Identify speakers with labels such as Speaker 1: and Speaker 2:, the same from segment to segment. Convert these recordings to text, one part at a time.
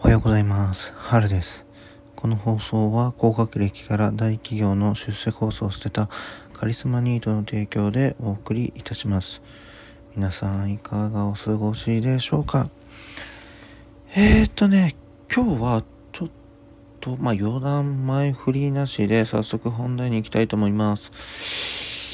Speaker 1: おはようございます。春です。この放送は高学歴から大企業の出世コースを捨てたカリスマニートの提供でお送りいたします。皆さんいかがお過ごしでしょうか。今日はちょっと余談前振りなしで早速本題に行きたいと思います。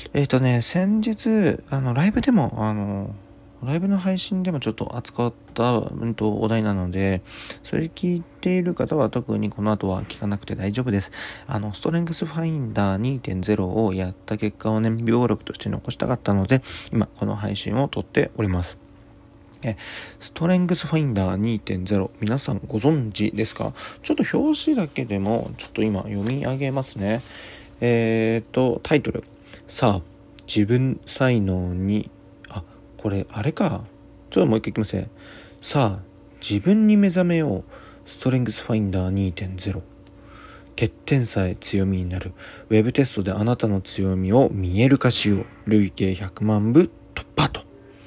Speaker 1: 先日ライブの配信でもちょっと扱ったお題なので、それ聞いている方は特にこの後は聞かなくて大丈夫です。ストレングスファインダー 2.0 をやった結果を微暴録として残したかったので、今この配信を撮っております。ストレングスファインダー 2.0 皆さんご存知ですか？ちょっと表紙だけでもちょっと今読み上げますね。タイトル、さあ自分才能にこれあれか、ちょっともう一回いきますね。さあ自分に目覚めよう、ストレングスファインダー 2.0 欠点さえ強みになるウェブテストであなたの強みを見える化しよう、累計100万部突破と。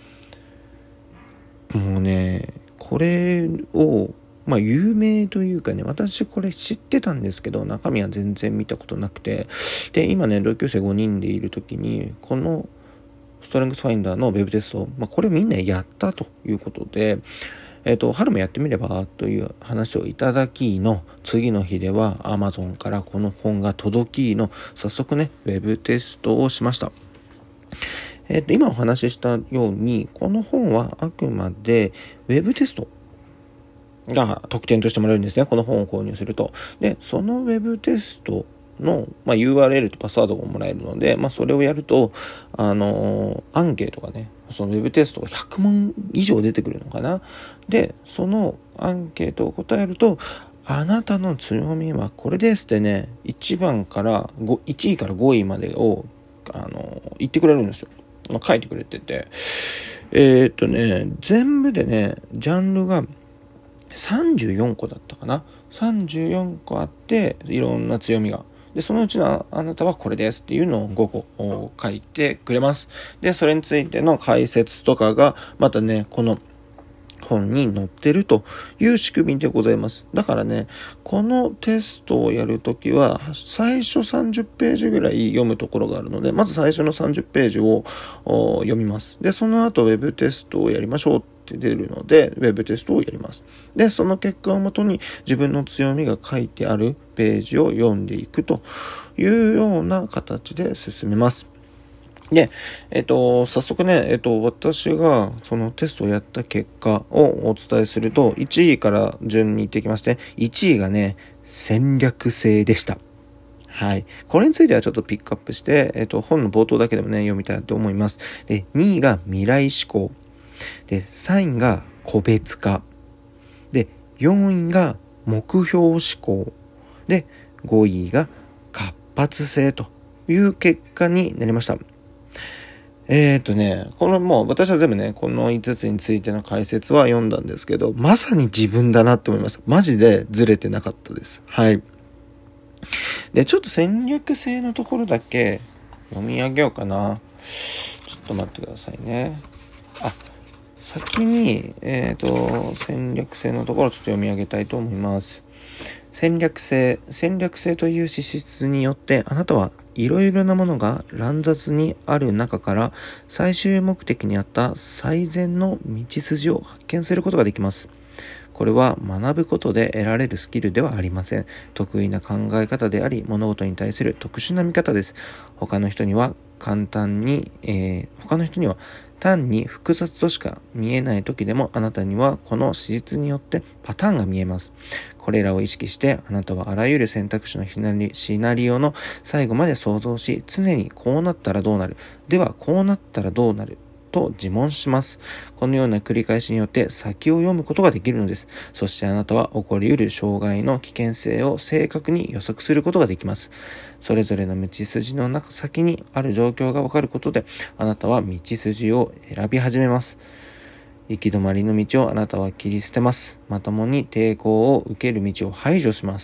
Speaker 1: もうね、これを有名というかね、私これ知ってたんですけど中身は全然見たことなくて、で今ね同級生5人でいる時にこのストレングスファインダーのウェブテスト、これみんなやったということで、春もやってみればという話をいただきの次の日では Amazon からこの本が届きの早速ねウェブテストをしました。今お話ししたようにこの本はあくまでウェブテストが特典としてもらえるんですね。この本を購入すると。でそのウェブテストの、URL とパスワードがもらえるので、それをやるとアンケートがね、そのウェブテストが100問以上出てくるのかな。でそのアンケートを答えると、あなたの強みはこれですってね、1位から5位までを言ってくれるんですよ。書いてくれてて、全部でねジャンルが34個だったかな。34個あって、いろんな強みが。で、そのうちのあなたはこれですっていうのを5個書いてくれます。で、それについての解説とかが、またね、この本に載ってるという仕組みでございます。だからね、このテストをやるときは、最初30ページぐらい読むところがあるので、まず最初の30ページを読みます。で、その後ウェブテストをやりましょうって出るので、ウェブテストをやります。で、その結果をもとに自分の強みが書いてあるページを読んでいくというような形で進めます。で、早速ね、私がそのテストをやった結果をお伝えすると、1位から順に言っていきまして、1位がね、戦略性でした。はい。これについてはちょっとピックアップして、本の冒頭だけでもね、読みたいと思います。で、2位が未来志向。で、3位が個別化。で、4位が目標思考。で、5位が活発性という結果になりました。このもう私は全部ね、この5つについての解説は読んだんですけど、まさに自分だなって思います。マジでずれてなかったです。はい。で、ちょっと戦略性のところだけ読み上げようかな。ちょっと待ってくださいね。先に、戦略性のところをちょっと読み上げたいと思います。戦略性という資質によってあなたはいろいろなものが乱雑にある中から最終目的にあった最善の道筋を発見することができます。これは学ぶことで得られるスキルではありません。得意な考え方であり、物事に対する特殊な見方です。他の人には単に複雑としか見えない時でも、あなたにはこの資質によってパターンが見えます。これらを意識してあなたはあらゆる選択肢のシナリオの最後まで想像し、常にこうなったらどうなる、ではこうなったらどうなると自問します。このような繰り返しによって先を読むことができるのです。そしてあなたは起こり得る障害の危険性を正確に予測することができます。それぞれの道筋の先にある状況がわかることで、あなたは道筋を選び始めます。行き止まりの道をあなたは切り捨てます。まともに抵抗を受ける道を排除します。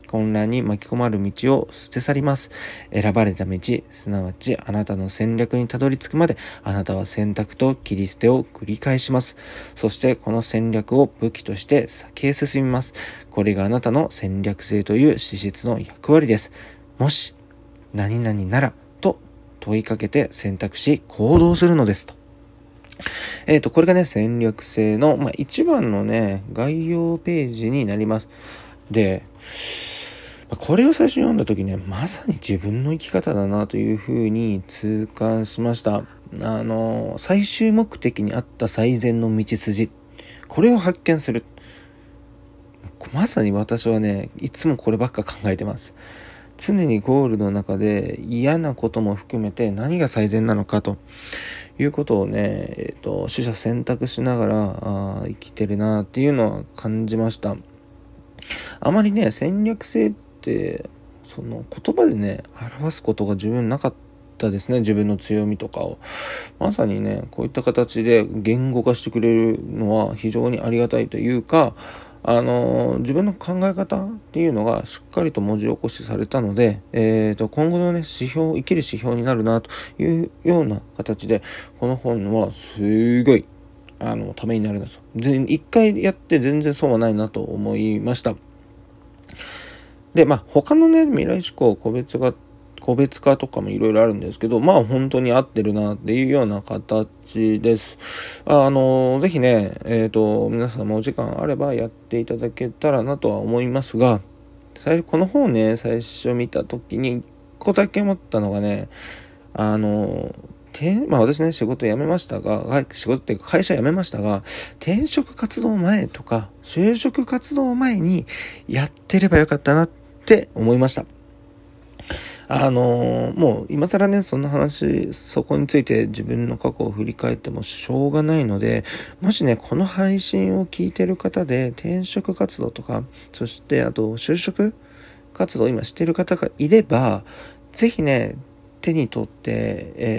Speaker 1: 混乱に巻き込まれる道を捨て去ります。選ばれた道、すなわちあなたの戦略にたどり着くまで、あなたは選択と切り捨てを繰り返します。そしてこの戦略を武器として先へ進みます。これがあなたの戦略性という資質の役割です。もし、何々ならと問いかけて選択し行動するのですと。これがね、戦略性の、一番のね、概要ページになります。で、これを最初に読んだ時ね、まさに自分の生き方だなというふうに痛感しました。最終目的にあった最善の道筋、これを発見する。まさに私はね、いつもこればっか考えてます。常にゴールの中で嫌なことも含めて何が最善なのかということをね、取捨選択しながら生きてるなっていうのは感じました。あまりね、戦略性ってその言葉でね表すことが自分なかったですね。自分の強みとかをまさにね、こういった形で言語化してくれるのは非常にありがたいというか、自分の考え方っていうのがしっかりと文字起こしされたので、今後のね生きる指標になるなというような形で、この本はすごいためになるなと。一回やって全然損はないなと思いました。で、他のね、未来志向個別化とかもいろいろあるんですけど、本当に合ってるなっていうような形です。ぜひね、皆さんもお時間あればやっていただけたらなとは思いますが、この本ね、最初見た時に一個だけ思ったのがね、私ね、仕事辞めましたが、仕事っていうか会社辞めましたが、転職活動前とか、就職活動前にやってればよかったなって思いました。もう今更ね、そんな話、そこについて自分の過去を振り返ってもしょうがないので、もしね、この配信を聞いてる方で転職活動とか、そしてあと就職活動を今してる方がいれば、ぜひね、手に取って、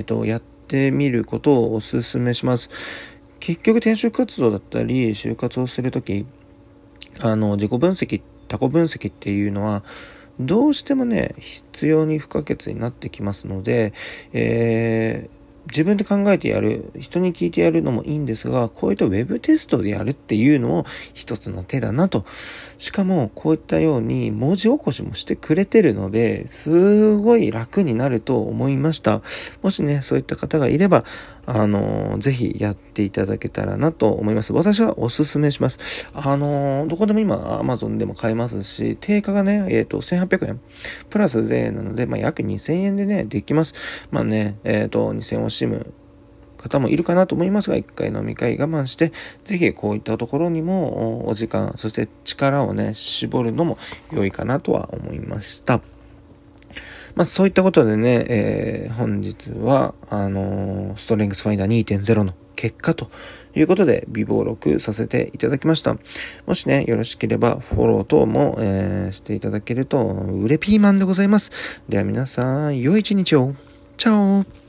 Speaker 1: やってみることをお勧めします。結局転職活動だったり就活をするとき、自己分析、他己分析っていうのはどうしてもね必要に不可欠になってきますので、自分で考えてやる、人に聞いてやるのもいいんですが、こういったウェブテストでやるっていうのも一つの手だなと。しかもこういったように文字起こしもしてくれてるので、すごい楽になると思いました。もしね、そういった方がいれば、ぜひやっていただけたらなと思います。私はおすすめします。どこでも今 Amazon でも買えますし、定価がね、1800円プラス税なので、約2000円でねできます。2000円を惜しむ方もいるかなと思いますが、一回飲み会我慢して、ぜひこういったところにもお時間、そして力をね絞るのも良いかなとは思いました。そういったことでね、本日はストレングスファインダー 2.0 の結果ということで微暴録させていただきました。もしねよろしければフォロー等も、していただけるとうれピーマンでございます。では皆さん良い一日を。チャオ。